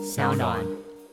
小暖。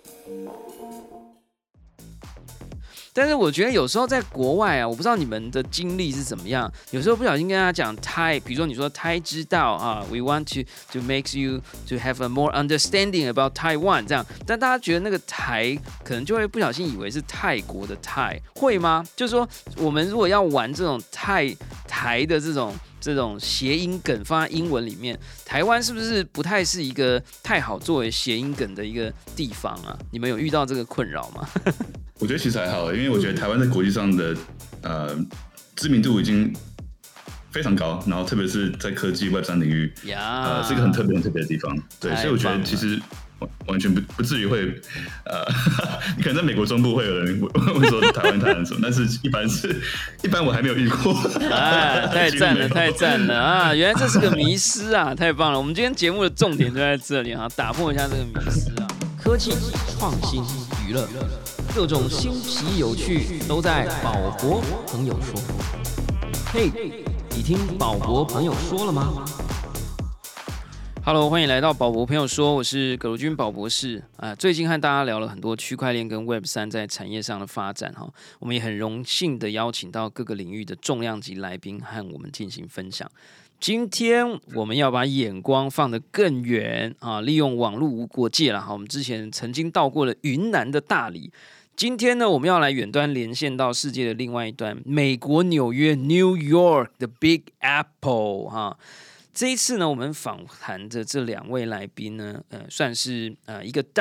但是我觉得有时候在国外啊，我不知道你们的经历是怎么样。有时候不小心跟他讲台，比如说你说台知道啊 ，we want to make you to have a more understanding about Taiwan 这样，但大家觉得那个台可能就会不小心以为是泰国的泰，会吗？就是说我们如果要玩这种台的这种谐音梗放在英文里面，台湾是不是不太是一个太好作为谐音梗的一个地方啊？你们有遇到这个困扰吗？ 我觉得其实还好，因为我觉得台湾在国际上的知名度已经非常高，然后特别是在科技 Web3 领域，是一个很特别的地方。对，所以我觉得其实完全不至于会你可能在美国中部会有人会说台湾什么，但是一般我还没有遇过。 太赞了啊！原来这是个迷思啊，太棒了！我们今天节目的重点就在这里啊，打破一下这个迷思啊。科技、创新、娱乐，各种新奇有趣都在宝博朋友说。嘿，你听宝博朋友说了吗？Hello， 欢迎来到宝博朋友说，我是葛如君宝博士最近和大家聊了很多区块链跟 Web3 在产业上的发展哈，我们也很荣幸的邀请到各个领域的重量级来宾和我们进行分享。今天我们要把眼光放得更远啊，利用网络无国界了哈。我们之前曾经到过了云南的大理，今天呢，我们要来远端连线到世界的另外一端，美国纽约 New York 的 Big Apple 哈。这一次呢，我们访谈的这两位来宾呢，算是一个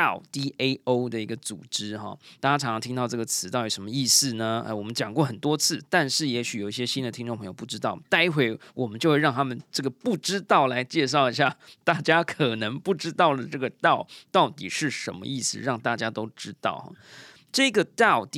DAO 的一个组织哈。大家常常听到这个词，到底什么意思呢？我们讲过很多次，但是也许有一些新的听众朋友不知道。待会我们就会让他们这个不知道来介绍一下，大家可能不知道的这个 DAO 到底是什么意思，让大家都知道。这个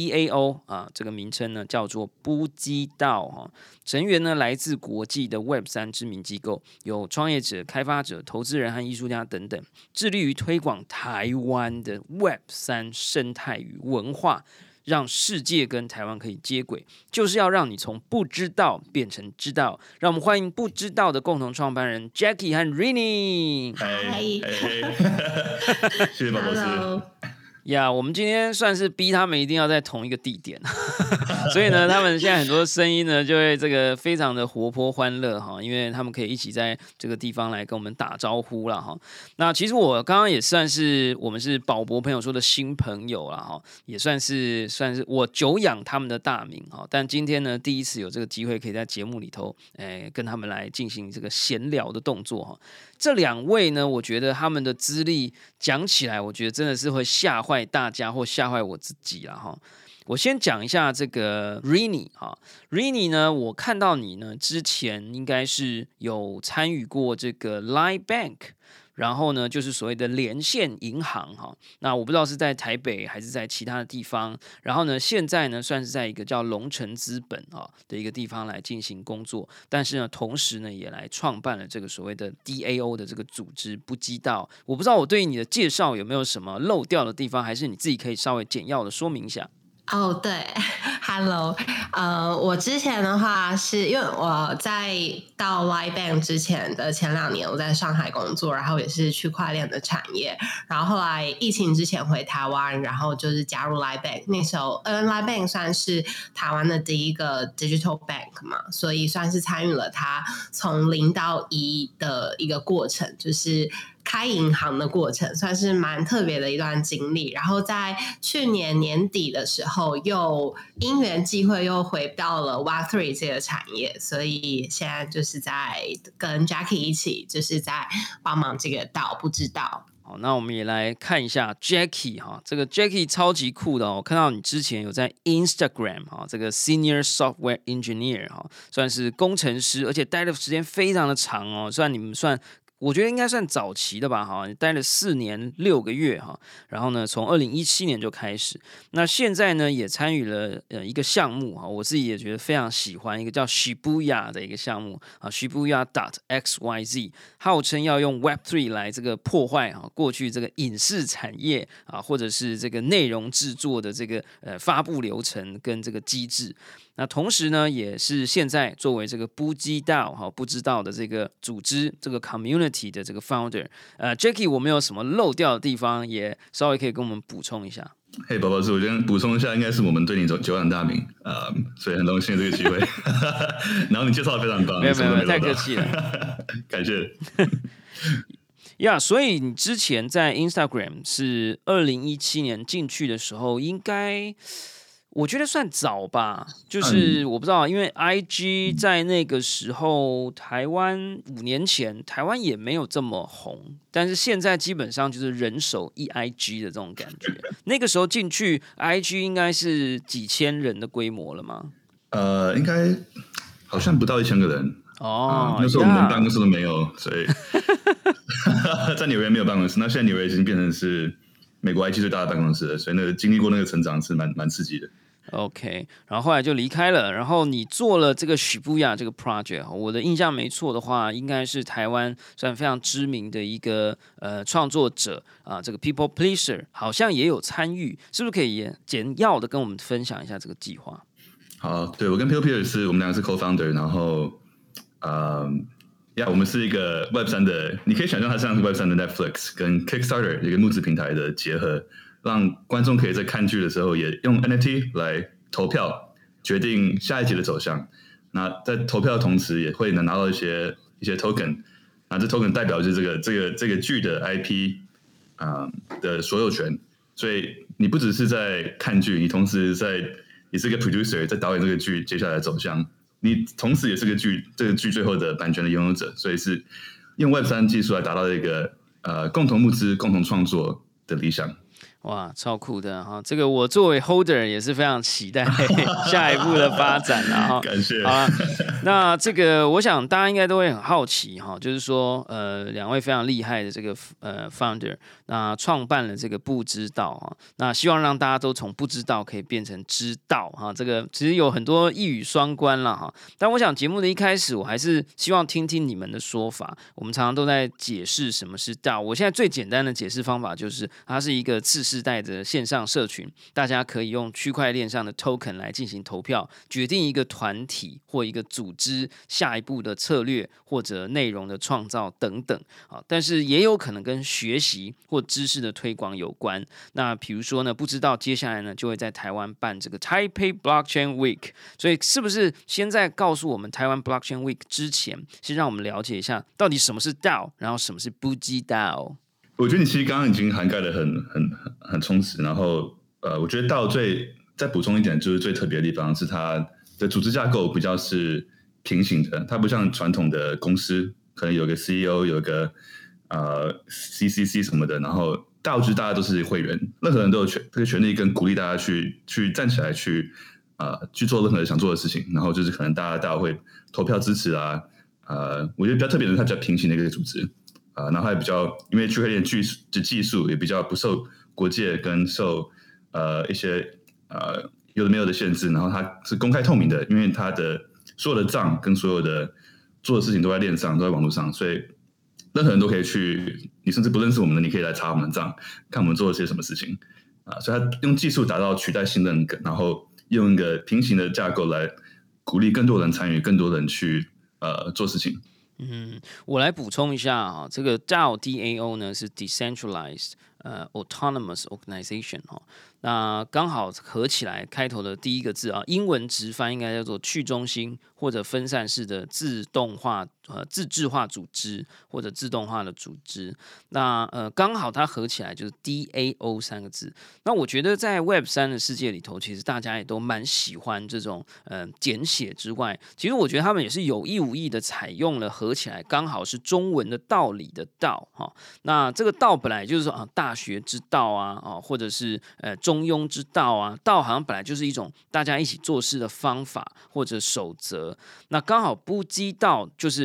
DAO 这个名称呢叫做布基道成员呢来自国际的 Web3 知名机构，有创业者、开发者、投资人和艺术家等等，致力于推广台湾的 Web3 生态与文化，让世界跟台湾可以接轨，就是要让你从不知道变成知道。让我们欢迎不知道的共同创办人 Jackie 和 Rini。 嗨， 谢谢宝博士。 我们今天算是逼他们一定要在同一个地点，所以呢，他们现在很多声音呢就会这个非常的活泼欢乐哈，因为他们可以一起在这个地方来跟我们打招呼啦哈。那其实我刚刚也算是我们是宝博朋友说的新朋友啦哈，也算是我久仰他们的大名哈。但今天呢，第一次有这个机会可以在节目里头，跟他们来进行这个闲聊的动作哈。这两位呢，我觉得他们的资历讲起来，我觉得真的是会吓坏大家或吓坏我自己啦哈。我先讲一下这个 Rini 哈 ，Rini 呢，我看到你呢之前应该是有参与过这个 Line Bank。然后呢，就是所谓的连线银行哈，那我不知道是在台北还是在其他的地方。然后呢，现在呢算是在一个叫龙城资本的一个地方来进行工作，但是呢，同时呢也来创办了这个所谓的 DAO 的这个组织不知道。我不知道我对你的介绍有没有什么漏掉的地方，还是你自己可以稍微简要的说明一下。 对 ，Hello，我之前的话是因为我在到 Line Bank 之前的前2年，我在上海工作，然后也是区块链的产业，然后后来疫情之前回台湾，然后就是加入 Line Bank， 那时候Line Bank 算是台湾的第一个 Digital Bank 嘛，所以算是参与了它从0到1的一个过程，就是开银行的过程，算是蛮特别的一段经历。然后在去年年底的时候，又因缘际会又回到了 Web3 这个产业，所以现在就是在跟 Jackie 一起，就是在帮忙这个DAO不知道。 好，那我们也来看一下 Jackie 哈，这个 Jackie 超级酷的我看到你之前有在 Instagram 哈，这个 Senior Software Engineer 哈，算是工程师，而且待的时间非常的长虽然你们算。我觉得应该算早期的吧，哈，待了4年6个月哈，然后呢，从2017年就开始，那现在呢也参与了一个项目哈，我自己也觉得非常喜欢，一个叫 Shibuya 的一个项目啊 ，Shibuya.xyz， 号称要用 Web3 来这个破坏过去这个影视产业或者是这个内容制作的这个发布流程跟这个机制。 那同时呢，也是现在作为这个不知道不知道的这个组织这个 community 的这个 founder。Jacky， 我们有什么漏掉的地方，也稍微可以跟我们补充一下。 嘿，宝宝是，我先补充一下，应该是我们对你久仰大名所以很荣幸有这个机会。然后你介绍的非常棒， 没有，太客气了， 感谢。 所以你之前在 Instagram 是2017年进去的时候，应该我觉得算早吧，就是我不知道，因为 IG 在那个时候台湾5年前台湾也没有这么红，但是现在基本上就是人手一 IG 的这种感觉。那个时候进去 IG 应该是几千人的规模了吗？ 应该好像不到1000个人。那时候我们连办公室都没有，所以在纽约没有办公室。那现在纽约已经变成是美国 IG 最大的办公室了，所以那个经历过那个成长是蛮刺激的。 OK， 然后后来就离开了，然后你做了这个Shibuya这个 project， 我的印象没错的话，应该是台湾算非常知名的一个创作者这个 People Pleaser 好像也有参与，是不是可以简要的跟我们分享一下这个计划？ 好，对，我跟 People Pleaser 我们两个是 co-founder， 然后我们是一个 Web3 的，你可以想象它像是 Web3 的 Netflix 跟 Kickstarter 一个募资平台的结合，让观众可以在看剧的时候也用 NFT 来投票决定下一集的走向。那在投票的同时，也会能拿到一些 token， 那这 token 代表就是这个剧的 IP 的所有权。所以你不只是在看剧，你同时也是一个 producer， 在导演这个剧接下来的走向。你同时也是这个剧最后的版权的拥有者，所以是用 Web3 技术来达到一个共同募资、共同创作的理想。 哇，超酷的哈！这个我作为 holder 也是非常期待下一步的发展啦哈。 感谢。 好啦，那这个我想大家应该都会很好奇哈，就是说两位非常厉害的这个founder， 那创办了这个不知道哈，那希望让大家都从不知道可以变成知道哈。这个其实有很多一语双关啦哈。但我想节目的一开始，我还是希望听听你们的说法。我们常常都在解释什么是道，我现在最简单的解释方法就是它是一个次世代的线上社群，大家可以用区块链上的 token 来进行投票，决定一个团体或一个组织下一步的策略或者内容的创造等等但是也有可能跟学习或知识的推广有关。那比如说呢，不知道接下来呢就会在台湾办这个 Taipei Blockchain Week， 所以是不是先在告诉我们台湾 Blockchain Week 之前，先让我们了解一下到底什么是 DAO， 然后什么是不知道？ 我觉得你其实刚刚已经涵盖的很充实，然后我觉得到再补充一点，就是最特别的地方是它的组织架构比较是平行的，它不像传统的公司可能有个 CEO 有个CCC 什么的，然后大家都是会员，任何人都有这个权利跟鼓励大家去站起来去做任何想做的事情，然后就是可能大家会投票支持我觉得比较特别的是它比较平行的一个组织。然后还比较，因为区块链的技术也比较不受国界跟受一些有的没有的限制，然后它是公开透明的，因为它的所有的账跟所有的做的事情都在链上，都在网络上，所以任何人都可以去，你甚至不认识我们的，你可以来查我们的账，看我们做了些什么事情所以它用技术达到取代信任，然后用一个平行的架构来鼓励更多人参与，更多人去做事情。 我来补充一下这个 DAO 呢是 Decentralized Autonomous Organization 那刚好合起来开头的第一个字英文直翻应该叫做去中心或者分散式的自治化组织或者自动化的组织。那刚好它合起来就是 DAO 3个字。那我觉得在 Web3 的世界里头，其实大家也都蛮喜欢这种简写之外，其实我觉得他们也是有意无意的采用了合起来刚好是中文的道理的道那这个道本来就是说大学之道或者是中庸之道道好像本来就是一种大家一起做事的方法或者守则。那刚好不知道就是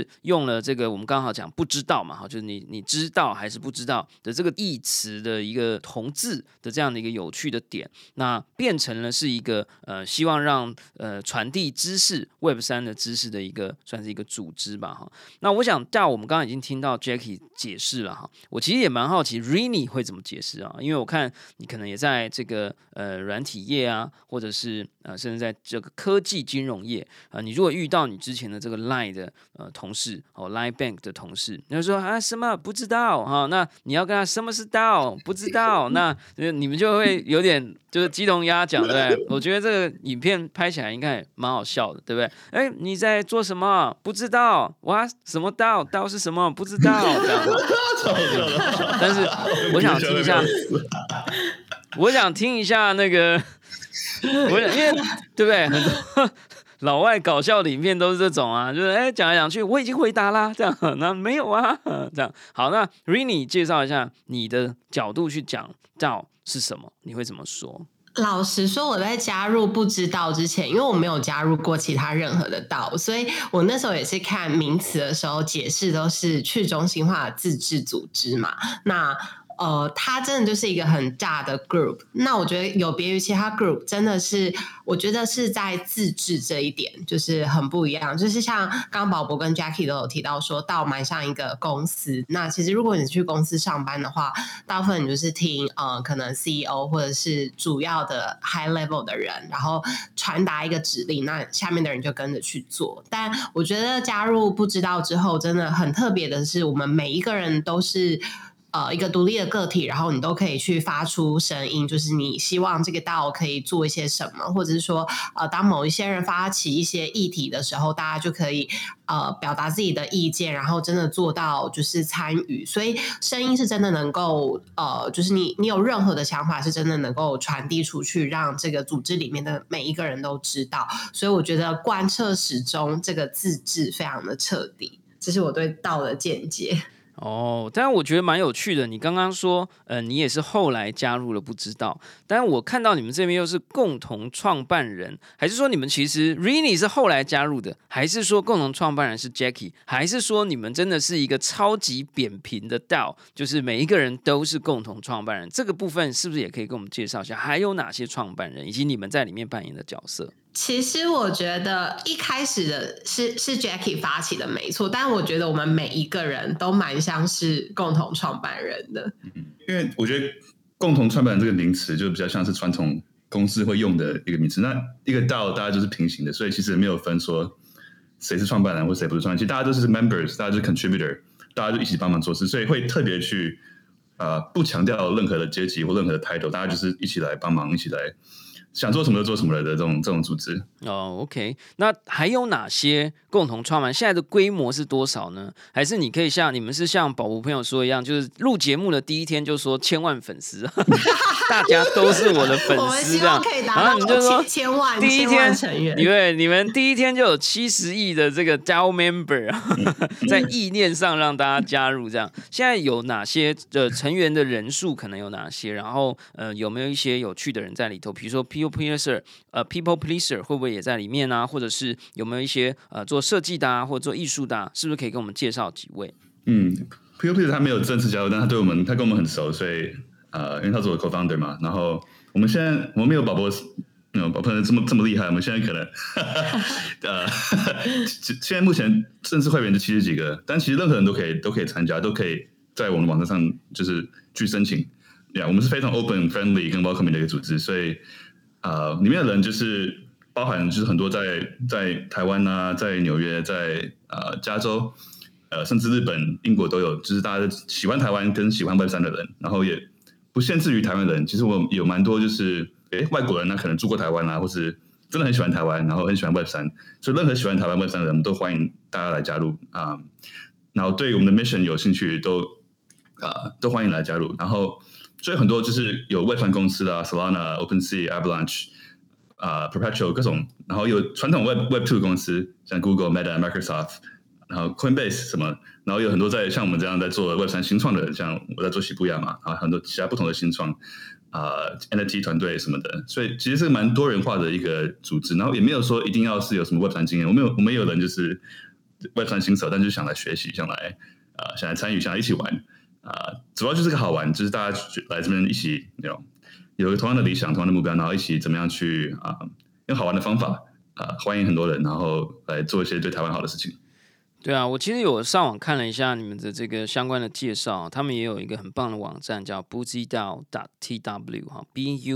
是用了这个我们刚好讲不知道嘛，就是你知道还是不知道的这个义词的一个同字的这样的一个有趣的点，那变成了是一个希望让传递知识 Web3 的知识的一个算是一个组织吧哈。那我想我们刚刚已经听到 Jackie 解释了哈，我其实也蛮好奇 Rini 会怎么解释啊，因为我看你可能也在这个软体业啊，或者是甚至在这个科技金融业你如果遇到你之前的这个 Line 的同事Line Bank 的同事，你就说啊什么不知道哈，那你要跟他什么是道不知道，那你们就会有点就是鸡同鸭讲，对不对？我觉得这个影片拍起来应该也蛮好笑的，对不对？哎，你在做什么？不知道哇？什么道？道是什么？不知道这样。但是我想听一下，我想听一下那个，因为对不对？很多老外搞笑的影片都是这种啊，就是讲来讲去，我已经回答啦，这样那没有啊，这样好。那 Rini 介绍一下你的角度去讲道是什么，你会怎么说？ 老实说，我在加入不知道之前，因为我没有加入过其他任何的道，所以我那时候也是看名词的时候解释都是去中心化的自治组织嘛。那它真的就是一个很大的 group。那我觉得有别于其他 group， 真的是我觉得是在自治这一点就是很不一样。就是像刚刚宝博跟 Jackie 都有提到说，道蛮像一个公司。那其实如果你去公司上班的话，大部分你就是听可能 CEO 或者是主要的 high level 的人，然后传达一个指令，那下面的人就跟着去做。但我觉得加入不知道之后，真的很特别的是，我们每一个人都是一个独立的个体，然后你都可以去发出声音，就是你希望这个道可以做一些什么，或者是说当某一些人发起一些议题的时候，大家就可以表达自己的意见，然后真的做到就是参与。所以声音是真的能够就是你有任何的想法是真的能够传递出去，让这个组织里面的每一个人都知道。所以我觉得贯彻始终这个自治非常的彻底，这是我对道的见解。 但我觉得蛮有趣的。你刚刚说，你也是后来加入了不知道，但我看到你们这边又是共同创办人，还是说你们其实 Rini 是后来加入的，还是说共同创办人是 Jackie， 还是说你们真的是一个超级扁平的道，就是每一个人都是共同创办人？这个部分是不是也可以跟我们介绍一下，还有哪些创办人，以及你们在里面扮演的角色？ 其实我觉得一开始的是 Jackie 发起的没错，但我觉得我们每一个人都蛮像是共同创办人的。 因为我觉得共同创办人这个名词就比较像是传统公司会用的一个名词，那一个道大家就是平行的，所以其实没有分说谁是创办人或谁不是创办人，其实大家都是 members， 大家就是 contributor， 大家就一起帮忙做事，所以会特别去不强调任何的阶级或任何的 title， 大家就是一起来帮忙，一起来想做什么就做什么的这种组织。 OK， 那还有哪些共同创办？现在的规模是多少呢？还是你可以你们是像宝博朋友说一样，就是录节目的第一天就说1000万粉丝，大家都是我的粉丝，这样，然后你就说千万第一天成员， 你们第一天就有70亿的这个 DAO member， 在意念上让大家加入，这样。现在有哪些成员的人数可能有哪些？然后有没有一些有趣的人在里头？比如说 People Pleaser 会不会也在里面啊？或者是有没有一些做设计的啊，或者做艺术的啊？是不是可以跟我们介绍几位 ？People Pleaser 他没有正式加入，但他跟我们很熟，所以因为他是我的 co-founder 嘛。然后我们没有宝博这么厉害，我们现在可能现在目前正式会员就70几个，但其实任何人都可以参加，都可以在我们网站上就是去申请。我们是非常 open friendly 跟 welcoming 的一个组织，所以里面的人就是包含就是很多在台湾啊，在纽约，在加州，甚至日本、英国都有，就是大家喜欢台湾跟喜欢 Web3 的人，然后也不限制于台湾人。其实我有蛮多就是外国人呢，可能住过台湾啊，或是真的很喜欢台湾，然后很喜欢 Web3，所以任何喜欢台湾 Web3 的人，我们都欢迎大家来加入然后对我们的 mission 有兴趣都欢迎来加入，然后。所以很多就是有Web3公司啊 ，Solana、OpenSea、Avalanche、Perpetual 各种，然后有传统 Web2 公司，像 Google、Meta、Microsoft， 然后 Coinbase 什么，然后有很多像我们这样在做Web3新创的人，像我在做喜布亚嘛，然后很多其他不同的新创NFT 团队什么的，所以其实是蛮多元化的一个组织，然后也没有说一定要是有什么Web3经验，我们有人就是 Web3新手，但就想来学习，想来参与，想来一起玩主要就是个好玩，就是大家来这边一起有个同样的理想、同样的目标，然后一起怎么样去用好玩的方法欢迎很多人，然后来做一些对台湾好的事情。 对啊，我其实有上网看了一下你们的这个相关的介绍，他们也有一个很棒的网站叫 buzidao.tw 哈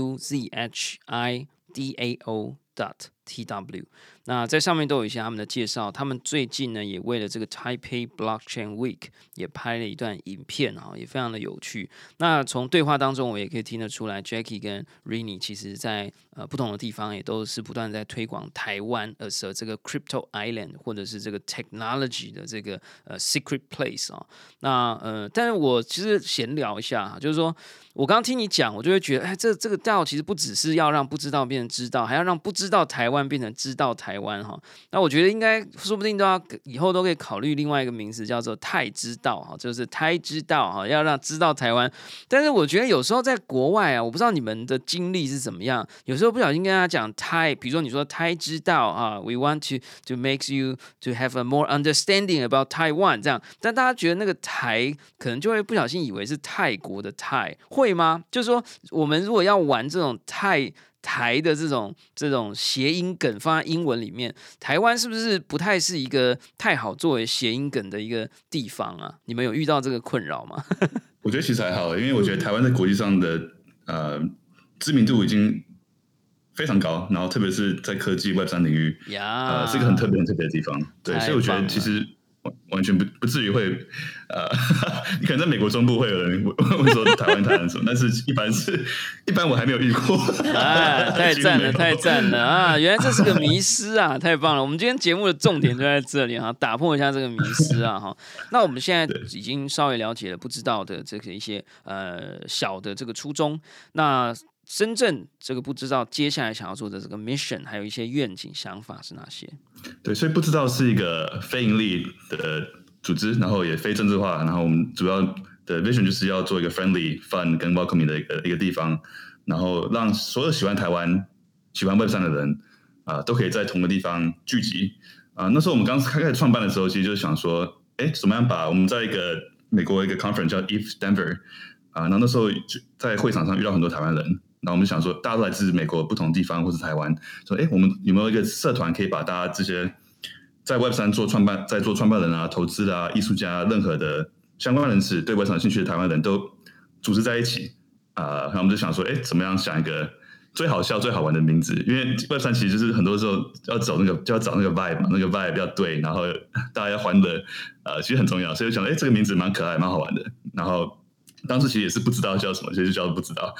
buzhidao.tw。那在上面都有一些他们的介绍，他们最近呢也为了这个 Taipei Blockchain Week 也拍了一段影片也非常的有趣。那从对话当中我也可以听得出来 Jackie 跟 Rini 其实在不同的地方也都是不断在推广台湾这个 Crypto Island 或者是这个 Technology 的这个Secret Place 那但是我其实闲聊一下就是说我刚刚听你讲，我就会觉得这个道其实不只是要让不知道变成知道，还要让不知道台湾变成知道台湾那我觉得应该说不定以后都可以考虑另外一个名字叫做泰知道就是泰知道要让知道台湾。但是我觉得有时候在国外我不知道你们的经历是怎么样，有时候不小心跟他讲泰，比如说你说泰知道we want to make you to have a more understanding about Taiwan 这样，但大家觉得那个台可能就会不小心以为是泰国的泰，会吗？就是说我们如果要玩这种台的这种谐音梗放在英文里面，台湾是不是不太是一个太好作为谐音梗的一个地方啊？你们有遇到这个困扰吗？ 我觉得其实还好，因为我觉得台湾在国际上的知名度已经非常高，然后特别是在科技 Web3 领域是一个很特别的地方。对，所以我觉得其实完全不至于会你可能在美国中部会有人问说台湾什么，但是一般我还没有遇过。 太赞了，太赞了原来这是个迷思太棒了！我们今天节目的重点就在这里打破一下这个迷思那我们现在已经稍微了解了不知道的这个一些小的这个初衷，那真正这个不知道接下来想要做的这个 mission 还有一些愿景想法是哪些？ 对，所以不知道是一个非盈利的组织，然后也非政治化，然后我们主要的 vision 就是要做一个 friendly fun 跟 welcoming 的一个地方，然后让所有喜欢台湾喜欢 Web3 的人都可以在同个地方聚集那时候我们刚开始创办的时候其实就想说怎么样把我们在一个美国一个 conference 叫 ETH Denver然后那时候在会场上遇到很多台湾人，然后我们想说大家都来自美国不同地方或是台湾，说我们有没有一个社团可以把大家这些在 Web3 做创办人投资艺术家任何的相关人士对 Web3 有兴趣的台湾人都组织在一起然后我们就想说怎么样想一个最好笑最好玩的名字，因为 Web3 其实就是很多时候要找那个 vibe 嘛，那个 vibe 要对，然后大家要欢乐其实很重要，所以我想这个名字蛮可爱蛮好玩的，然后当时其实也是不知道叫什么，所以就叫不知道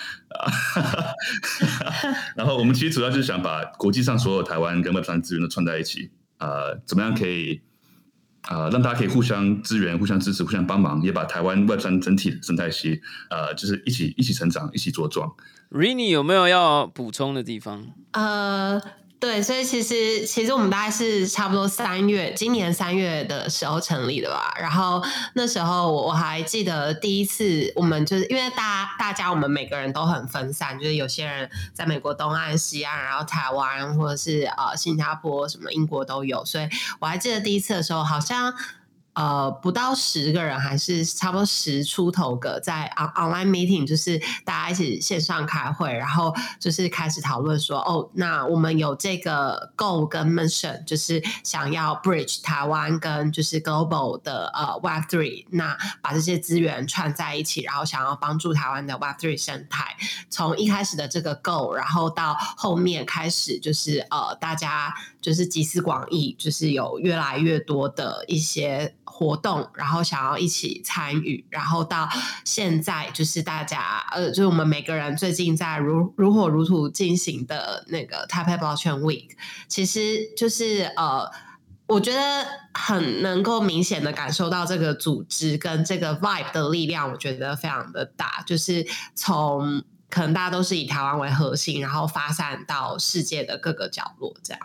然后我们其实主要就是想把国际上所有台湾跟 Web3 资源都串在一起怎么样可以让大家可以互相支援互相支持互相帮忙，也把台湾 Web3 整体的生态系就是一起成长一起茁壮。 Rini 有没有要补充的地方？ 对，所以其实我们大概是差不多今年3月的时候成立的吧。然后那时候我还记得第一次，我们就是因为大家我们每个人都很分散，就是有些人在美国东岸、西岸，然后台湾或者是新加坡、什么英国都有。所以我还记得第一次的时候，好像不到10个人，还是差不多10出头个，在 online meeting 就是大家一起线上开会，然后就是开始讨论说那我们有这个 goal 跟 mission， 就是想要 bridge 台湾跟就是 global 的Web3， 那把这些资源串在一起，然后想要帮助台湾的 Web3 生态。从一开始的这个 goal， 然后到后面开始就是大家就是集思广益，就是有越来越多的一些活动，然后想要一起参与，然后到现在就是大家就是我们每个人最近在如火如荼进行的那个 Taipei Blockchain Week， 其实就是我觉得很能够明显的感受到这个组织跟这个 vibe 的力量，我觉得非常的大，就是从可能大家都是以台湾为核心，然后发散到世界的各个角落这样。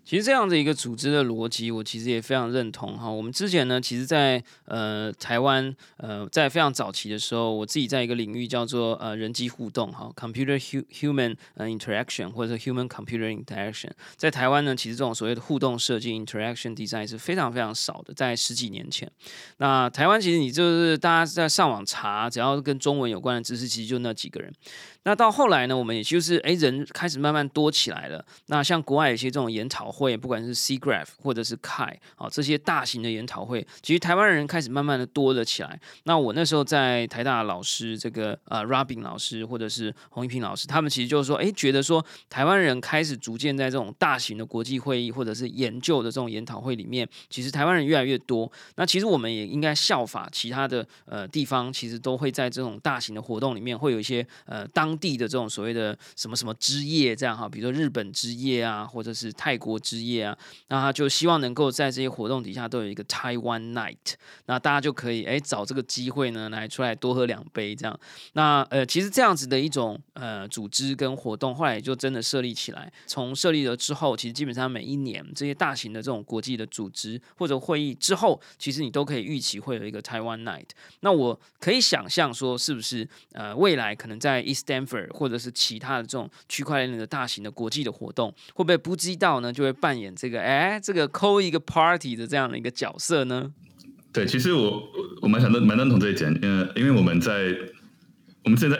其实这样的一个组织的逻辑，我其实也非常认同哈。我们之前呢，其实在台湾在非常早期的时候，我自己在一个领域叫做人机互动哈 ，computer human interaction 或者 human computer interaction， 在台湾呢，其实这种所谓的互动设计 interaction design 是非常非常少的，在10几年前。那台湾其实你就是大家在上网查，只要跟中文有关的知识，其实就那几个人。那到后来呢，我们也就是人开始慢慢多起来了。那像国外有一些这种研讨会，不管是 SIGGRAPH 或者是 CHI 这些大型的研讨会，其实台湾人开始慢慢的多了起来。那我那时候在台大的老师，这个Robin 老师或者是洪一平老师，他们其实就是说，觉得说台湾人开始逐渐在这种大型的国际会议或者是研究的这种研讨会里面，其实台湾人越来越多。那其实我们也应该效法其他的地方，其实都会在这种大型的活动里面会有一些当地的这种所谓的什么什么之夜这样哈，比如说日本之夜啊，或者是泰国之夜啊，那他就希望能够在这些活动底下都有一个 Taiwan Night， 那大家就可以找这个机会呢来出来多喝2杯这样。那其实这样子的一种组织跟活动，后来也就真的设立起来。从设立了之后，其实基本上每一年这些大型的这种国际的组织或者会议之后，其实你都可以预期会有一个 Taiwan Night。那我可以想象说，是不是未来可能在 East Stanford 或者是其他的这种区块链的大型的国际的活动，会不会不知道呢，就会扮演这个这个call一个 party 的这样的一个角色呢？ 对，其实我蛮认同这一点，因为我们现在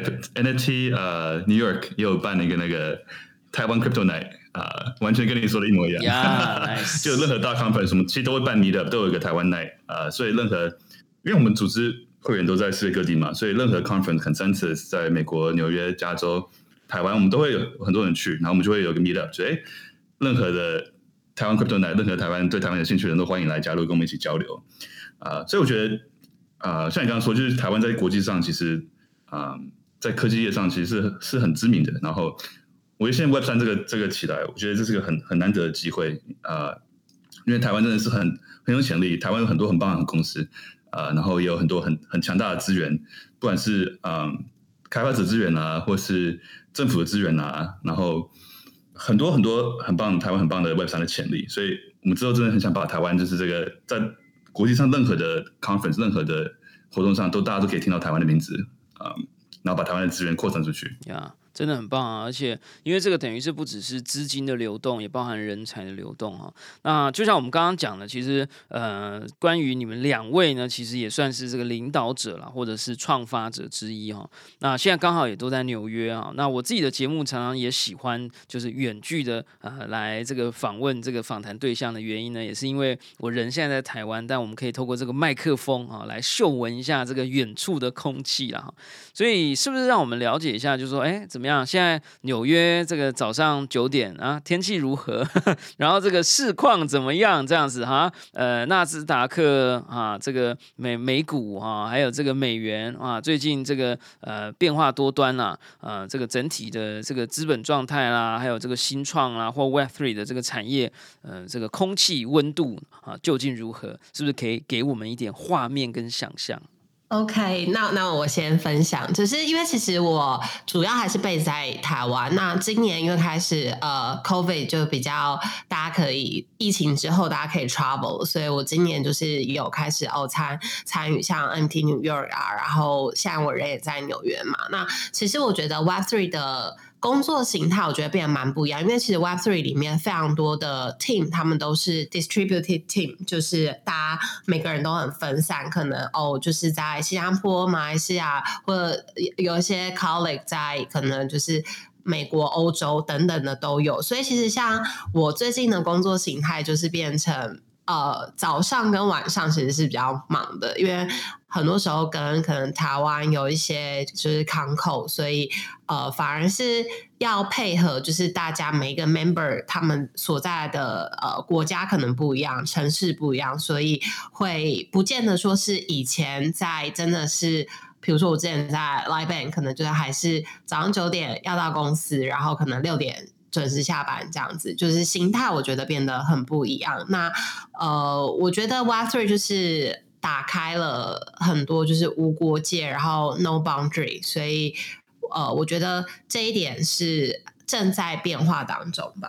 NFT New York 也有办一个那个台湾 Crypto Night， 完全跟你说的一模一样。 nice. 就任何大 conference 什么，其实都会办 meetup， 都有一个台湾 night， 所以因为我们组织会员都在世界各地嘛，所以任何 conference consensus 在美国、纽约、加州、台湾，我们都会有很多人去，然后我们就会有个 meetup， 所以任何的台湾 Crypto Night， 任何对台湾有兴趣的人都欢迎来加入，跟我们一起交流。所以我觉得像你刚刚说，就是台湾在国际上其实在科技业上其实是很知名的。然后我觉得现在 Web3 这个起来，我觉得这是个很难得的机会。因为台湾真的是很有潜力，台湾有很多很棒的公司，然后也有很多很强大的资源，不管是开发者资源啊，或是政府的资源啊，然后很多很棒，台湾很棒的 Web3 的潜力。所以我们之后真的很想把台湾就是这个在国际上任何的 conference、任何的活动上，大家都可以听到台湾的名字，然后把台湾的资源扩散出去。 真的很棒啊！而且因为这个等于是不只是资金的流动，也包含人才的流动啊。那就像我们刚刚讲的，其实关于你们2位呢，其实也算是这个领导者啦，或者是创发者之一哈。那现在刚好也都在纽约啊。那我自己的节目常常也喜欢就是远距的来这个访问这个访谈对象的原因呢，也是因为我人现在在台湾，但我们可以透过这个麦克风来嗅闻一下这个远处的空气啦。所以是不是让我们了解一下，就是说怎么样？现在纽约这个早上9点啊，天气如何？然后这个市况怎么样？这样子哈，纳斯达克这个美股还有这个美元最近这个变化多端啦，这个整体的这个资本状态啦，还有这个新创啦或 Web3 的这个产业，这个空气温度究竟如何？是不是可以给我们一点画面跟想象 ？OK， 那我先分享，就是因为其实我主要还是base在台湾。那今年因为开始COVID 就比较大家可以疫情之后大家可以 travel， 所以我今年就是有开始参与像 NFT New York 啊，然后现在我人也在纽约嘛。那其实我觉得 Web3 的工作形态我觉得变得蛮不一样，因为其实 Web3 里面非常多的 team 他们都是 distributed team， 就是大家每个人都很分散，可能就是在新加坡、马来西亚，或者有一些 colleague 在可能就是美国、欧洲等等的都有。所以其实像我最近的工作形态就是变成早上跟晚上其实是比较忙的，因为很多时候跟可能台湾有一些就是港口，所以反而是要配合，就是大家每一个 member 他们所在的国家可能不一样，城市不一样，所以会不见得说是以前在真的是，比如说我之前在 Live Bank 可能就是还是早上9点要到公司，然后可能6点准时下班这样子，就是心态我觉得变得很不一样。那我觉得 Web3 就是打开了很多就是无国界，然后 no boundary， 所以我觉得这一点是正在变化当中吧。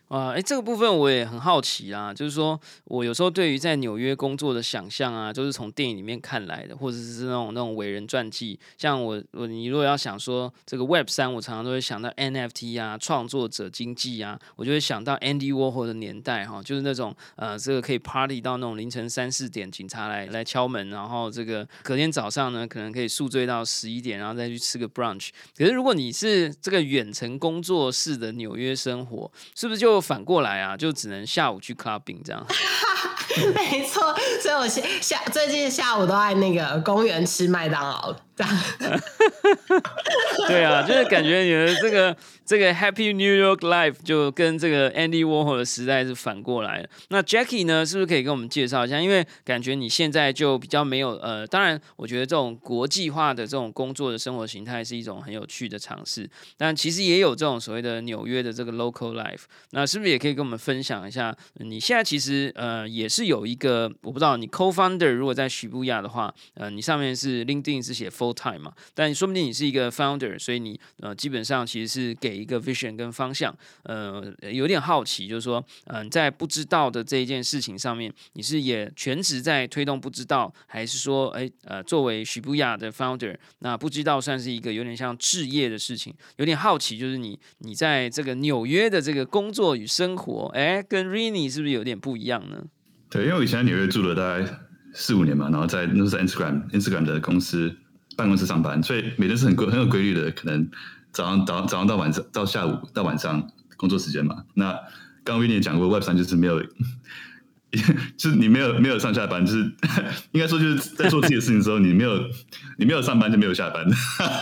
这个部分我也很好奇啊，就是说我有时候对于在纽约工作的想象啊，就是从电影里面看来的，或者是那种伟人传记。像你如果要想说这个 Web3，我常常都会想到 NFT 啊，创作者经济啊，我就会想到 Andy Warhol 的年代哈，就是那种这个可以 party 到那种凌晨3、4点，警察来敲门，然后这个隔天早上呢，可能可以宿醉到11点，然后再去吃个 brunch。可是如果你是这个远程工作室的纽约生活，是不是就反过来啊，就只能下午去 clubbing 这样？ 没错，所以我最近下午都在那个公园吃麦当劳这样。 对啊，就是感觉你的这个 Happy New York Life 就跟这个 Andy Warhol 的时代是反过来的。那 Jackie 呢，是不是可以跟我们介绍一下？因为感觉你现在就比较没有当然，我觉得这种国际化的这种工作的生活形态是一种很有趣的尝试，但其实也有这种所谓的纽约的这个 local life。那是不是也可以跟我们分享一下？你现在其实也是有一个，我不知道你 co-founder 如果在许布亚的话，你上面是 LinkedIn 是写 full time 嘛，但说不定你是一个 founder， 所以你基本上其实是给一个 vision 跟方向。有点好奇，就是说在不知道的这一件事情上面，你是也全职在推动不知道，还是说作为许布亚的 founder， 那不知道算是一个有点像置业的事情？有点好奇，就是你在这个纽约的这个工作与生活，跟 Rini 是不是有点不一样呢？ 对，因为我以前在纽约住了大概4、5年嘛，然后那是在 Instagram 的办公室上班，所以每天是很有规律的，可能早上到晚上到下午到晚上工作时间嘛。那刚刚 Rini 也讲过 ，Web3 就是没有，就是你没有上下班，就是应该说就是在做自己的事情的时候，你没有上班就没有下班。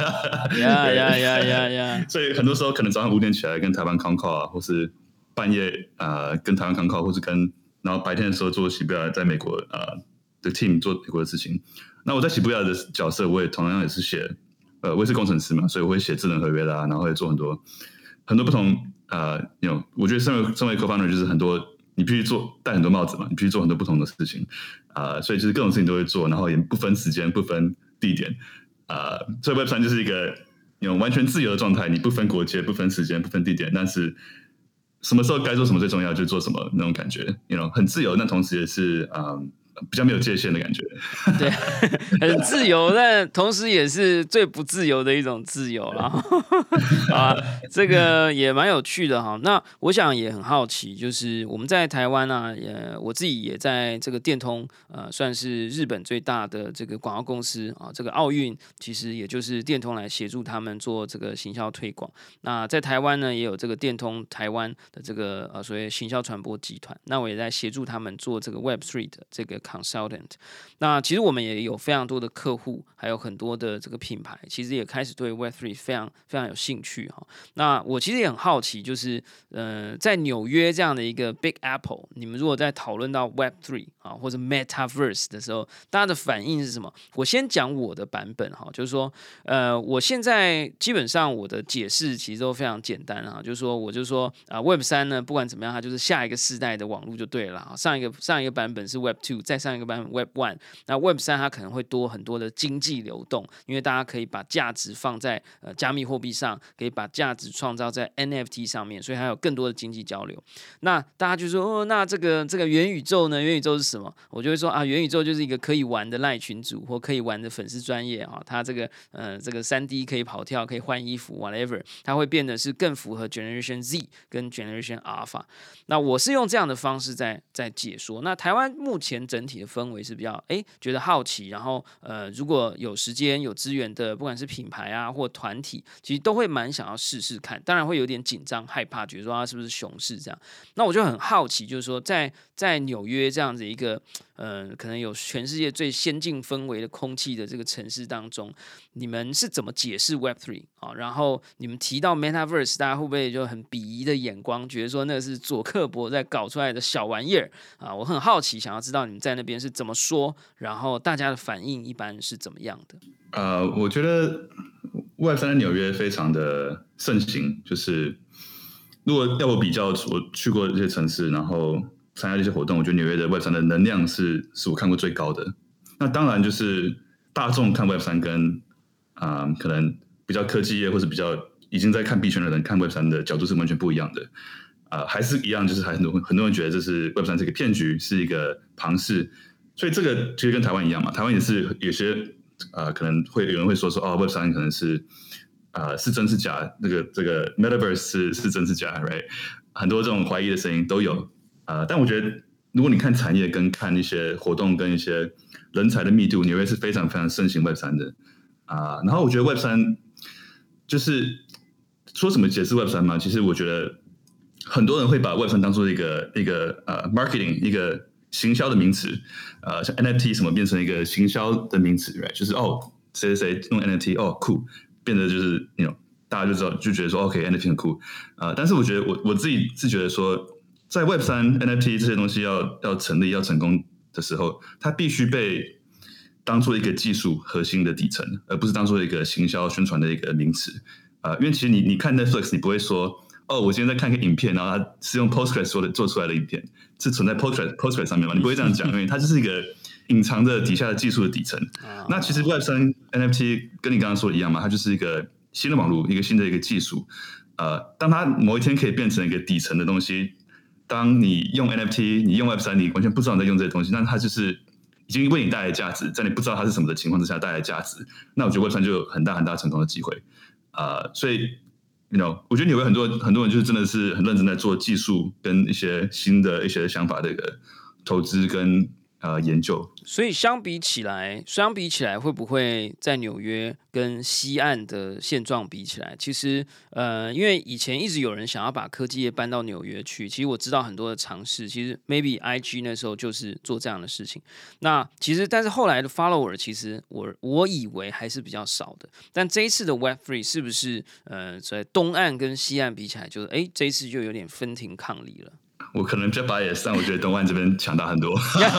呀。 所以很多时候可能早上5点起来跟台湾 con call 啊，或是半夜跟台湾 con call， 或是然后白天的时候做喜布亚在美国的 team 做美国的事情。那我在喜布亚的角色，我也同样也是写我也是工程师嘛，所以我会写智能合约啦，然后会做很多不同我觉得身为 co-founder 就是很多你必须戴很多帽子嘛，你必须做很多不同的事情所以就是各种事情都会做，然后也不分时间不分地点所以 Web3 就是一个完全自由的状态，你不分国界不分时间不分地点，但是什么时候该做什么最重要就做什么那种感觉很自由，但同时也是比较没有界限的感觉。 对，很自由，但同时也是最不自由的一种自由啦。这个也蛮有趣的哈。那我想也很好奇，就是我们在台湾啊，我自己也在这个电通算是日本最大的这个广告公司啊。这个奥运其实也就是电通来协助他们做这个行销推广。那在台湾呢，也有这个电通台湾的这个所谓行销传播集团。那我也在协助他们做这个 Web3 的这个 consultant。那其实我们也有非常多的客户，还有很多的这个品牌，其实也开始对 Web3 非常非常有兴趣哈。那我其实也很好奇，就是在纽约这样的一个 Big Apple， 你们如果在讨论到 Web3 啊或者 Metaverse 的时候，大家的反应是什么？我先讲我的版本哈，就是说我现在基本上我的解释其实都非常简单哈，就是说我就说Web3 呢，不管怎么样，它就是下一个世代的网络就对了啦。上一个版本是 Web2， 再上一个版本 Web1， 那 Web3 它可能会多很多的经济流动，因为大家可以把价值放在加密货币上，可以把价值创造在 NFT 上面，所以还有更多的经济交流。那大家就说那这个元宇宙呢？元宇宙是什么？我就会说元宇宙就是一个可以玩的赖群组或可以玩的粉丝专页啊，它这个 3D 可以跑跳，可以换衣服 whatever， 它会变得是更符合 Generation Z 跟 Generation Alpha。那我是用这样的方式在解说。那台湾目前整体的氛围是比较觉得好奇，然后如果有时间有资源的，不管是品牌啊或团体，其实都会蛮想要试试看，当然会有点紧张害怕，觉得说它是不是熊市这样。那我就很好奇，就是说在纽约这样子一个可能有全世界最先进氛围的空气的这个城市当中，你们是怎么解释 Web3 啊？然后你们提到 Metaverse， 大家会不会就很鄙夷的眼光，觉得说那个是佐克伯在搞出来的小玩意儿啊？我很好奇，想要知道你们在那边是怎么说，然后大家的反应一般是怎么样的？ 我觉得 Web3 在纽约非常的盛行，就是如果要我比较，我去过这些城市，然后参加这些活动，我觉得纽约的 Web3 的能量是我看过最高的。那当然就是大众看 Web3 跟可能比较科技业或是比较已经在看币圈的人看 Web3 的角度是完全不一样的。 还是一样，就是很多人觉得这是 Web3 是一个骗局，是一个庞氏，所以这个其实跟台湾一样嘛，台湾也是有些可能会有人会说Web3 可能是是真是假，这个 Metaverse 是真是假 ，right？ 很多这种怀疑的声音都有但我觉得如果你看产业跟看一些活动跟一些人才的密度，纽约是非常非常盛行 Web3 的然后我觉得 Web3 就是说什么解释 Web3 嘛，其实我觉得很多人会把 Web3 当作一个marketing 一个行销的名词像 NFT 什么变成一个行销的名词 right？ 就是谁谁谁用 NFT 酷，变得就是大家就觉得说 OK NFT 很酷但是我觉得我自己是觉得说在 Web3 NFT 这些东西要成立要成功的时候，它必须被当做一个技术核心的底层，而不是当做一个行销宣传的一个名词因为其实你看 Netflix 你不会说我今天在看一个影片，然后它是用 Postgres 做出来的影片，是存在 Postgres 上面嘛？你不会这样讲，因为它就是一个隐藏的底下的技术的底层。那其实 Web3 NFT 跟你刚刚说的一样嘛，它就是一个新的网络，一个新的一个技术。当它某一天可以变成一个底层的东西，当你用 NFT， 你用 Web3， 你完全不知道你在用这些东西，那它就是已经为你带来价值，在你不知道它是什么的情况之下带来价值。那我觉得 Web3 就有很大很大成功的机会。所以我觉得纽约很多人就是真的是很认真在做技术跟一些新的一些想法的一个投资跟研究。 所以相比起来，会不会在纽约跟西岸的现状比起来，其实因为以前一直有人想要把科技业搬到纽约去，其实我知道很多的尝试，其实 maybe IG 那时候就是做这样的事情。那其实但是后来的 follower 其实我以为还是比较少的。但这一次的 Web3 是不是在东岸跟西岸比起来，就是这一次就有点分庭抗礼了？ 我可能比较 bias， 但我觉得东岸这边强大很多。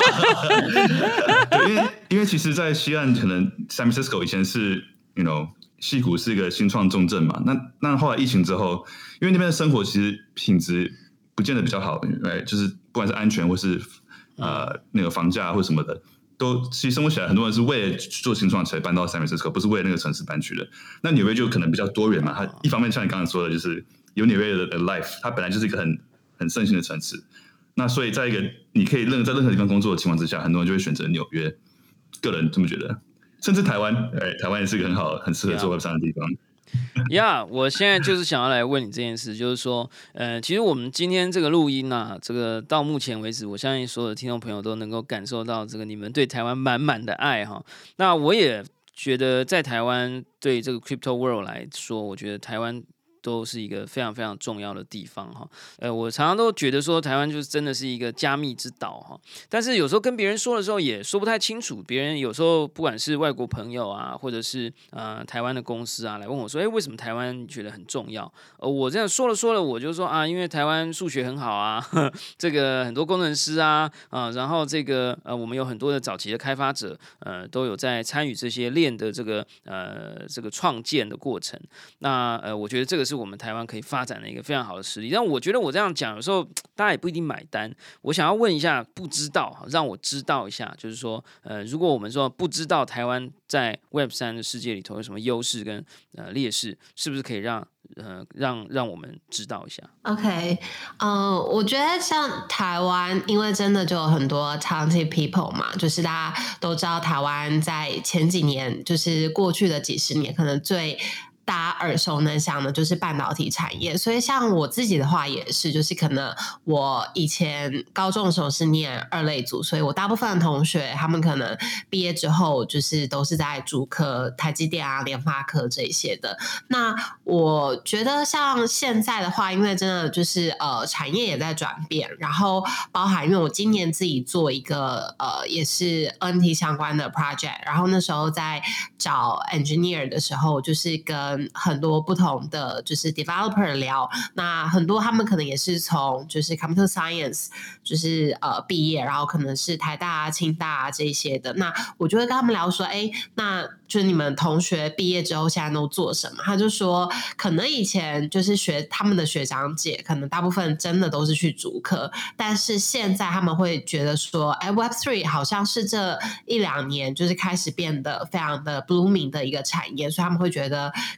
因为其实，在西岸可能 San Francisco 以前是矽谷是一个新创重镇嘛，那后来疫情之后，因为那边的生活其实品质不见得比较好，就是不管是安全或是那个房价或什么的，都其实生活起来，很多人是为了做新创才搬到 San Francisco， 不是为了那个城市搬去的。那纽约就可能比较多元嘛，它一方面像你刚才说的，就是有纽约的 life， 它本来就是一个很盛行的城市，那所以在一个你可以在任何地方工作的情况之下，很多人就会选择纽约。个人这么觉得，甚至台湾也是一个很适合做 Web3 的地方。 我现在就是想要来问你这件事，就是说，其实我们今天这个录音这个到目前为止，我相信所有的听众朋友都能够感受到这个你们对台湾满满的爱哈。那我也觉得在台湾对这个 Crypto World 来说，我觉得台湾都是一个非常非常重要的地方哈。我常常都觉得说台湾就是真的是一个加密之岛哈。但是有时候跟别人说的时候也说不太清楚，别人有时候不管是外国朋友或者是台湾的公司来问我说，为什么台湾觉得很重要？我这样说了，我就说因为台湾数学很好这个很多工程师然后这个我们有很多的早期的开发者都有在参与这些链的这个创建的过程。那我觉得这个是我们台湾可以发展的一个非常好的实力。但我觉得我这样讲有时候大家也不一定买单。我想要问一下不知道，让我知道一下，就是说如果我们说不知道台湾在 Web3 的世界里头有什么优势跟劣势，是不是可以让我们知道一下 ？OK， 我觉得像台湾，因为真的就有很多 talented people 嘛，就是大家都知道台湾在前几年，就是过去的几十年，可能最大家耳熟能详的就是半导体产业。所以像我自己的话也是，就是可能我以前高中的时候是念二类组，所以我大部分的同学他们可能毕业之后就是都是在主科台积电联发科这一些的。那我觉得像现在的话，因为真的就是产业也在转变，然后包含因为我今年自己做一个也是 NFT 相关的 project， 然后那时候在找 engineer 的时候，就是跟很多不同的就是 developer 聊，那很多他们可能也是从就是 computer science 就是毕业，然后可能是台大清大这些的。那我就会跟他们聊说，那就是你们同学毕业之后现在都做什么？他就说可能以前就是他们的学长姐可能大部分真的都是去主科，但是现在他们会觉得说Web3 好像是这1-2年就是开始变得非常的 blooming 的一个产业，所以他们会觉得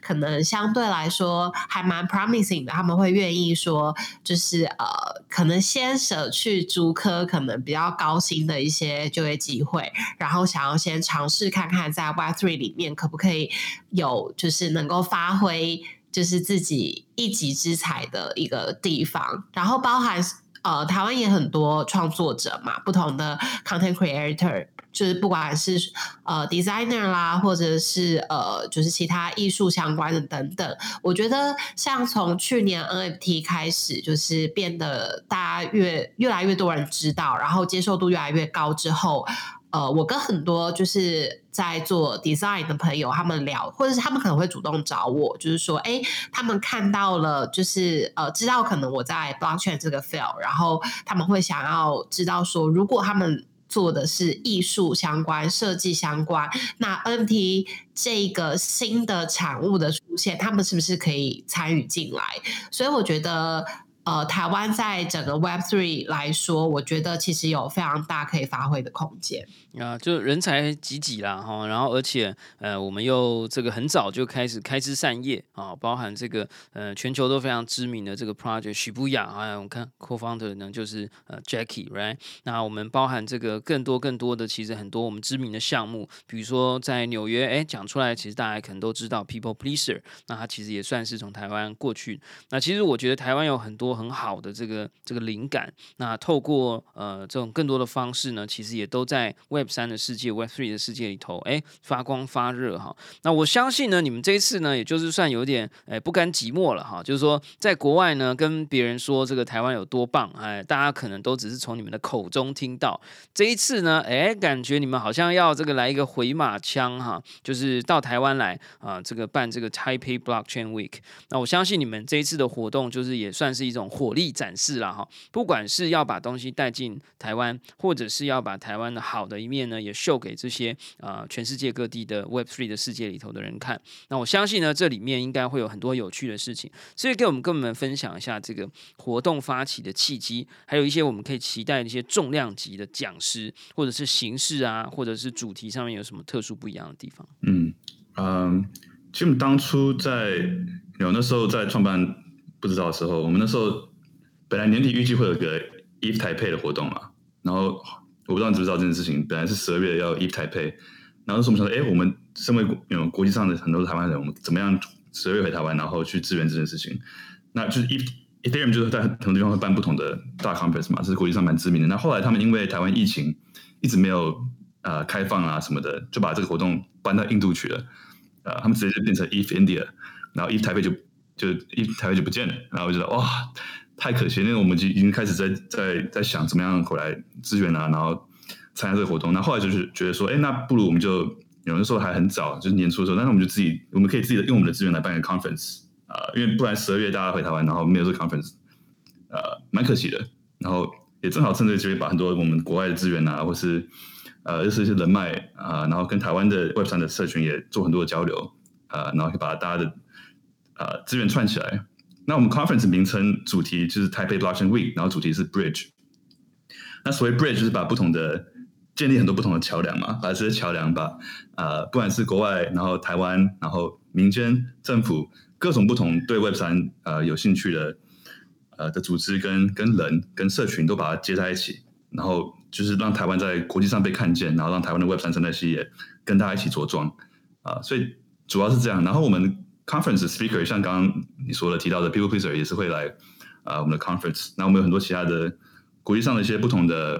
可能相对来说还蛮 promising 的，他们会愿意说就是可能先舍去竹科可能比较高薪的一些就业机会，然后想要先尝试看看在 Web3 里面可不可以有就是能够发挥就是自己一己之才的一个地方，然后包含台湾也很多创作者嘛，不同的 content creator， 就是不管是designer 啦，或者是就是其他艺术相关的等等。我觉得像从去年 NFT 开始，就是变得大家越来越多人知道，然后接受度越来越高之后。我跟很多就是在做 design 的朋友他们聊，或者是他们可能会主动找我，就是说他们看到了就是知道可能我在 blockchain 这个 field， 然后他们会想要知道说如果他们做的是艺术相关设计相关，那 NFT 这个新的产物的出现他们是不是可以参与进来，所以我觉得台湾在整个 Web3 来说，我觉得其实有非常大可以发挥的空间啊，就人才济济啦哈，然后而且我们又这个很早就开始开枝散叶啊，包含这个全球都非常知名的这个 project 许不雅啊，我们看 co-founder 呢就是Jackie right， 那我们包含这个更多的其实很多我们知名的项目，比如说在纽约讲出来，其实大家可能都知道 People Pleaser， 那它其实也算是从台湾过去，那其实我觉得台湾有很多很好的这个灵感，那透过这种更多的方式呢，其实也都在 Web3 的世界 Web3 的世界里头发光发热哈。那我相信呢，你们这一次呢，也就是算有点不甘寂寞了哈，就是说在国外呢跟别人说这个台湾有多棒，大家可能都只是从你们的口中听到，这一次呢感觉你们好像要这个来一个回马枪哈，就是到台湾来这个办这个 Taipei Blockchain Week。那我相信你们这一次的活动就是也算是一种火力展示啦哈，不管是要把东西带进台湾，或者是要把台湾的好的一面呢也秀给这些全世界各地的 Web3 的世界里头的人看。那我相信呢，这里面应该会有很多有趣的事情，所以跟我们分享一下这个活动发起的契机，还有一些我们可以期待的一些重量级的讲师，或者是形式啊，或者是主题上面有什么特殊不一样的地方。 其实我们当初那时候在创办不知道的时候，我们那时候本来年底预计会有个 ETH Taipei 的活动嘛，然后我不知道你知不知道这件事情，本来是12月要 ETH Taipei， 然后那时候我们想说我们身为国际上的很多台湾人，我们怎么样12月回台湾，然后去支援这件事情。那就是 Ethereum 就是在很多地方会办不同的大 conference 嘛，这是国际上蛮知名的。那后来他们因为台湾疫情一直没有开放啊什么的，就把这个活动搬到印度去了。他们直接就变成 ETH India， 然后 ETH Taipei 就 ETH Taipei 就不见了。然后我觉得哇，太可惜，因为我们已经开始在想怎么样回来支援啊，然后参加这个活动。那后来就是觉得说，那不如我们就那时候还很早，就是年初的时候，但是我们可以自己用我们的资源来办一个 conference，因为不然12月大家回台湾，然后没有这个 conference，蛮可惜的。然后也正好趁这个机会把很多我们国外的资源啊，或是就是一些人脉然后跟台湾的 Web3 的社群也做很多的交流然后可以把大家的资源串起来。那我们 conference 名称主题就是 Taipei Blockchain Week， 然后主题是 Bridge。那所谓 Bridge 就是把建立很多不同的桥梁嘛，把这些桥梁把不管是国外，然后台湾，然后民间政府各种不同对 Web3 有兴趣的组织跟人跟社群都把它接在一起，然后就是让台湾在国际上被看见，然后让台湾的 Web3 生态系也跟大家一起茁壮所以主要是这样。然后我们 conference speaker 像刚刚你说的提到的 People Pleaser 也是会来我们的 conference。那我们有很多其他的国际上的一些不同的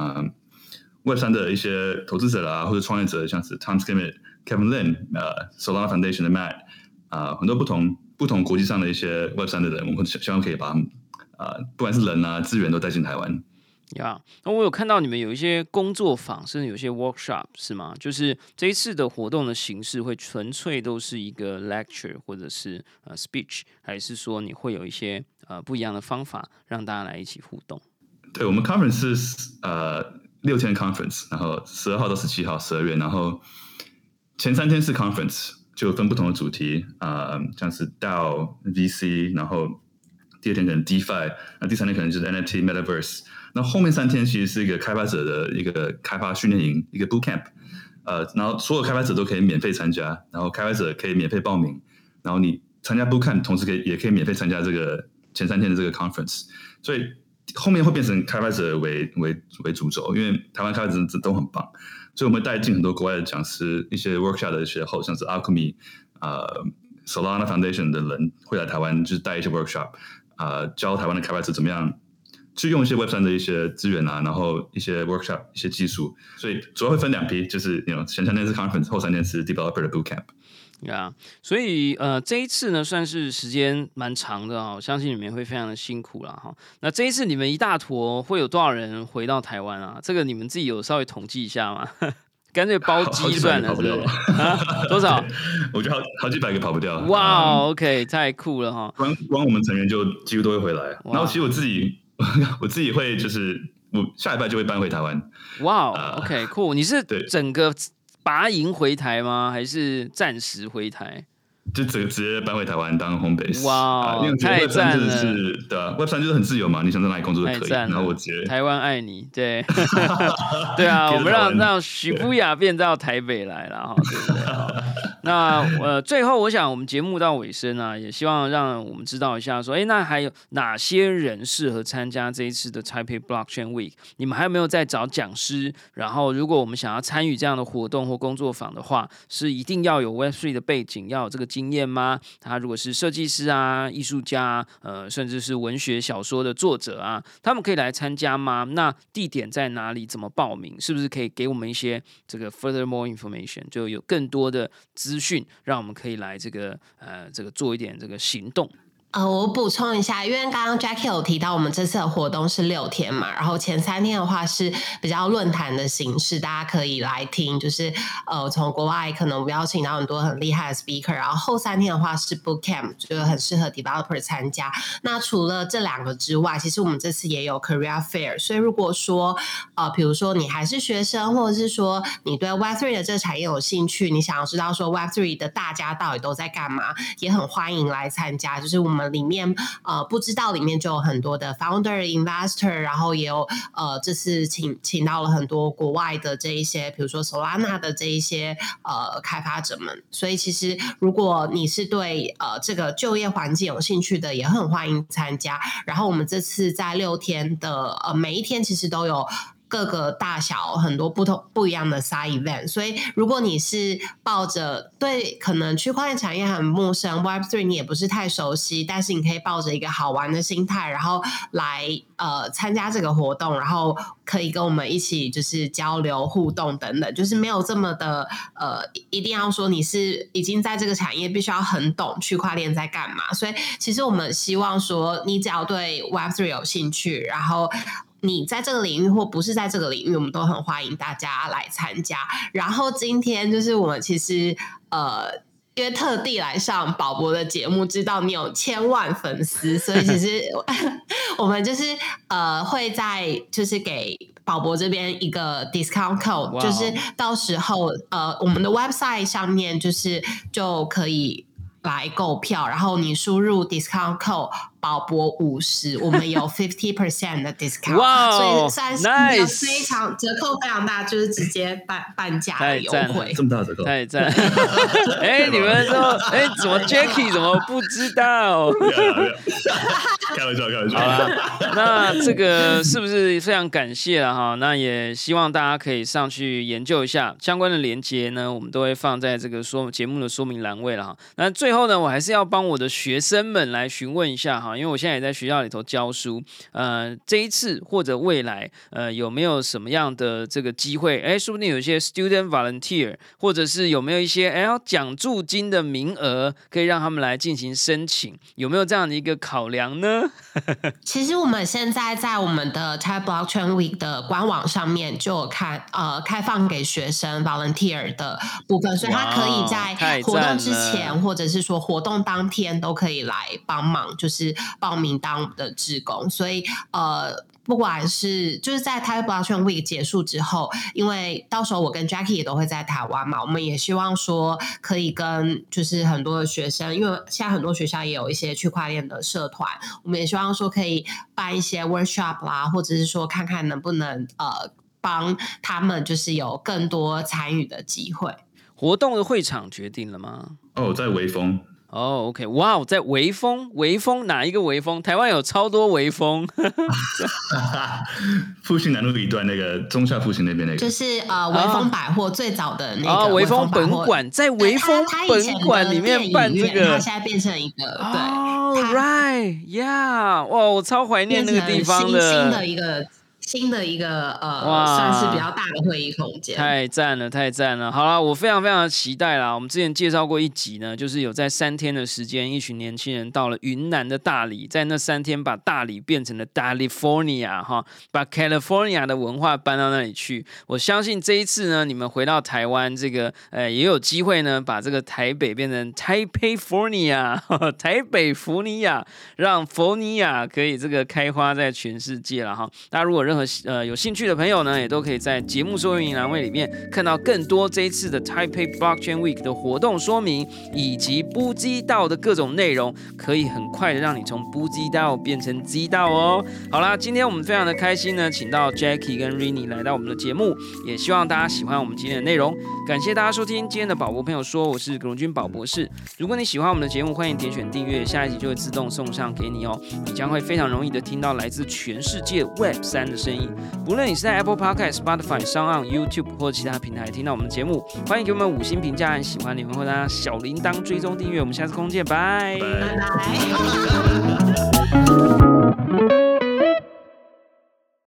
Web3 的一些投资者啦，或者创业者，像是 Tom Schmidt、Kevin Lin、Solana Foundation 的 Matt 很多不同国际上的一些 Web3 的人，我们希望可以把他们不管是人啊资源都带进台湾。 那我有看到你们有一些工作坊，甚至有些 workshop 是吗？就是这一次的活动的形式会纯粹都是一个 lecture 或者是speech， 还是说你会有一些不一样的方法让大家来一起互动？ 对，我们 conference 是6天 conference， 然后12号到17号12月，然后前3天是 conference， 就分不同的主题像是 DAO、VC， 然后第2天可能 DeFi， 那第3天可能就是 NFT、Metaverse。那后面3天其实是一个开发者的一个开发训练营，一个 bootcamp，然后所有开发者都可以免费参加，然后开发者可以免费报名， 然后你参加 bootcamp， 同时也可以免费参加这个前3天的这个 conference， 所以后面会变成开发者为主轴，因为台湾开发者都很棒，所以我们会带进很多国外的讲师，一些 workshop 的一些后，像是 Alchemy、Solana Foundation 的人会来台湾，就是带一些 workshop， 教台湾的开发者怎么样去用一些 Web3 的一些资源然后一些 workshop 一些技术，所以主要会分2批，就是前3天是 conference， 后3天是 developer 的 bootcamp。 所以这一次呢算是时间蛮长的我相信你们会非常的辛苦啦那这一次你们一大坨会有多少人回到台湾啊？这个你们自己有稍微统计一下吗？干脆包机算了，是不是？多少？ 我觉得好几百个跑不掉。 哇，OK， 太酷了光我们成员就几乎都会回来。然后其实我自己会就是我下礼拜就会搬回台湾。 哇，OK， 酷。你是整个拔营回台吗？还是暂时回台？ 就直接搬回台湾当 home base。 哇， 因为太赞了！ 对啊 ，Web3 就是很自由嘛，你想在哪里工作都可以。然后我直接台湾爱你，对对啊，我们让许富雅变到台北来了对不对？那最后我想我们节目到尾声啊，也希望让我们知道一下说，那还有哪些人适合参加这一次的 Taipei Blockchain Week？ 你们还有没有在找讲师？然后如果我们想要参与这样的活动或工作坊的话，是一定要有 Web3 的背景，要有这个经验吗？他如果是设计师啊、艺术家甚至是文学小说的作者啊，他们可以来参加吗？那地点在哪里？怎么报名？是不是可以给我们一些这个 furthermore information， 就有更多的资讯，让我们可以来这个做一点这个行动。 我补充一下，因为刚刚 Jackie 有提到我们这次的活动是6天嘛，然后前3天的话是比较论坛的形式，大家可以来听，就是从国外可能我们邀请到很多很厉害的 speaker， 然后后3天的话是 bootcamp， 就很适合 developer 参加。那除了这2个之外，其实我们这次也有 career fair， 所以如果说比如说你还是学生，或者是说你对 Web3 的这个产业有兴趣，你想要知道说 Web3 的大家到底都在干嘛，也很欢迎来参加。就是我们里面不知道里面就有很多的 founder、investor， 然后也有这次请到了很多国外的这一些，比如说 Solana 的这一些开发者们。所以其实如果你是对这个就业环境有兴趣的，也很欢迎参加。然后我们这次在6天的每一天其实都有各个大小很多不一样的 side event， 所以如果你是抱着对可能区块链产业很陌生 Web3 你也不是太熟悉，但是你可以抱着一个好玩的心态，然后来参加这个活动，然后可以跟我们一起就是交流互动等等，就是没有这么的一定要说你是已经在这个产业必须要很懂区块链在干嘛。所以其实我们希望说你只要对 Web3 有兴趣，然后你在这个领域或不是在这个领域，我们都很欢迎大家来参加。然后今天就是我们其实因为特地来上宝博的节目，知道你有1000万粉丝，所以其实我们就是会在就是给宝博这边一个 discount code， 就是到时候我们的 website 上面就可以来购票，然后你输入 discount code宝博50，我们有 50% 的 discount， 所以算是一个非常折扣非常大，就是直接半价的优惠， 这么大的折扣， 太赞！你们说，怎么 Jackie 怎么不知道？ 开玩笑。 好啦，那这个是不是非常感谢了哈？那也希望大家可以上去研究一下相关的连结呢，我们都会放在这个节目的说明栏位了哈。那最后呢，我还是要帮我的学生们来询问一下哈。因为我现在也在学校里头教书，这一次或者未来，有没有什么样的这个机会？说不定有一些 student volunteer， 或者是有没有一些要奖助金的名额，可以让他们来进行申请？有没有这样的一个考量呢？ 其实我们现在在我们的 Taipei Blockchain Week 的官网上面就有开放给学生 volunteer 的部分，所以他可以在活动之前，或者是说活动当天都可以来帮忙，就是报名当我们的志工。所以不管是就是在 Taipei Blockchain Week 结束之后，因为到时候我跟 Jackie 也都会在台湾嘛，我们也希望说可以跟就是很多的学生，因为现在很多学校也有一些区块链的社团，我们也希望说可以办一些 workshop 啦，或者是说看看能不能帮他们就是有更多参与的机会。 活动的会场决定了吗？ 在微风。 哦 ，OK， 哇，在微风哪一个微风？台湾有超多微风。 复兴南路一段那个中下复兴那边那个， 就是微风百货最早的那个微风本馆，在微风本馆里面办这个， 它现在变成一个对 ，right， yeah， 哇，我超怀念那个地方的， 新的一个算是比较大的会议空间， 太赞了，太赞了！好啦，我非常非常的期待啦。我们之前介绍过一集呢，就是有在3天的时间，一群年轻人到了云南的大理，在那3天把大理变成了 California 哈，把 California 的文化搬到那里去。我相信这一次呢，你们回到台湾，这个也有机会呢，把这个台北变成 Taipeifornia 台北福尼亚，让佛尼亚可以这个开花在全世界了哈。大家如果任何有兴趣的朋友呢，也都可以在节目说明栏位里面看到更多这一次的 Taipei Blockchain Week 的活动说明，以及不知道的各种内容，可以很快的让你从不知道变成知道哦。好啦，今天我们非常的开心呢，请到 Jackie 跟 Rini 来到我们的节目，也希望大家喜欢我们今天的内容。感谢大家收听今天的宝博朋友说，我是葛荣军宝博士。如果你喜欢我们的节目，欢迎点选订阅，下一集就会自动送上给你哦。你将会非常容易的听到来自全世界 Web3 的声音。不论你是在 Apple Podcast、Spotify、SoundOn、YouTube 或其他平台听到我们的节目，欢迎给我们5星评价，喜欢你们或者按小铃铛追踪订阅。我们下次空见，拜拜。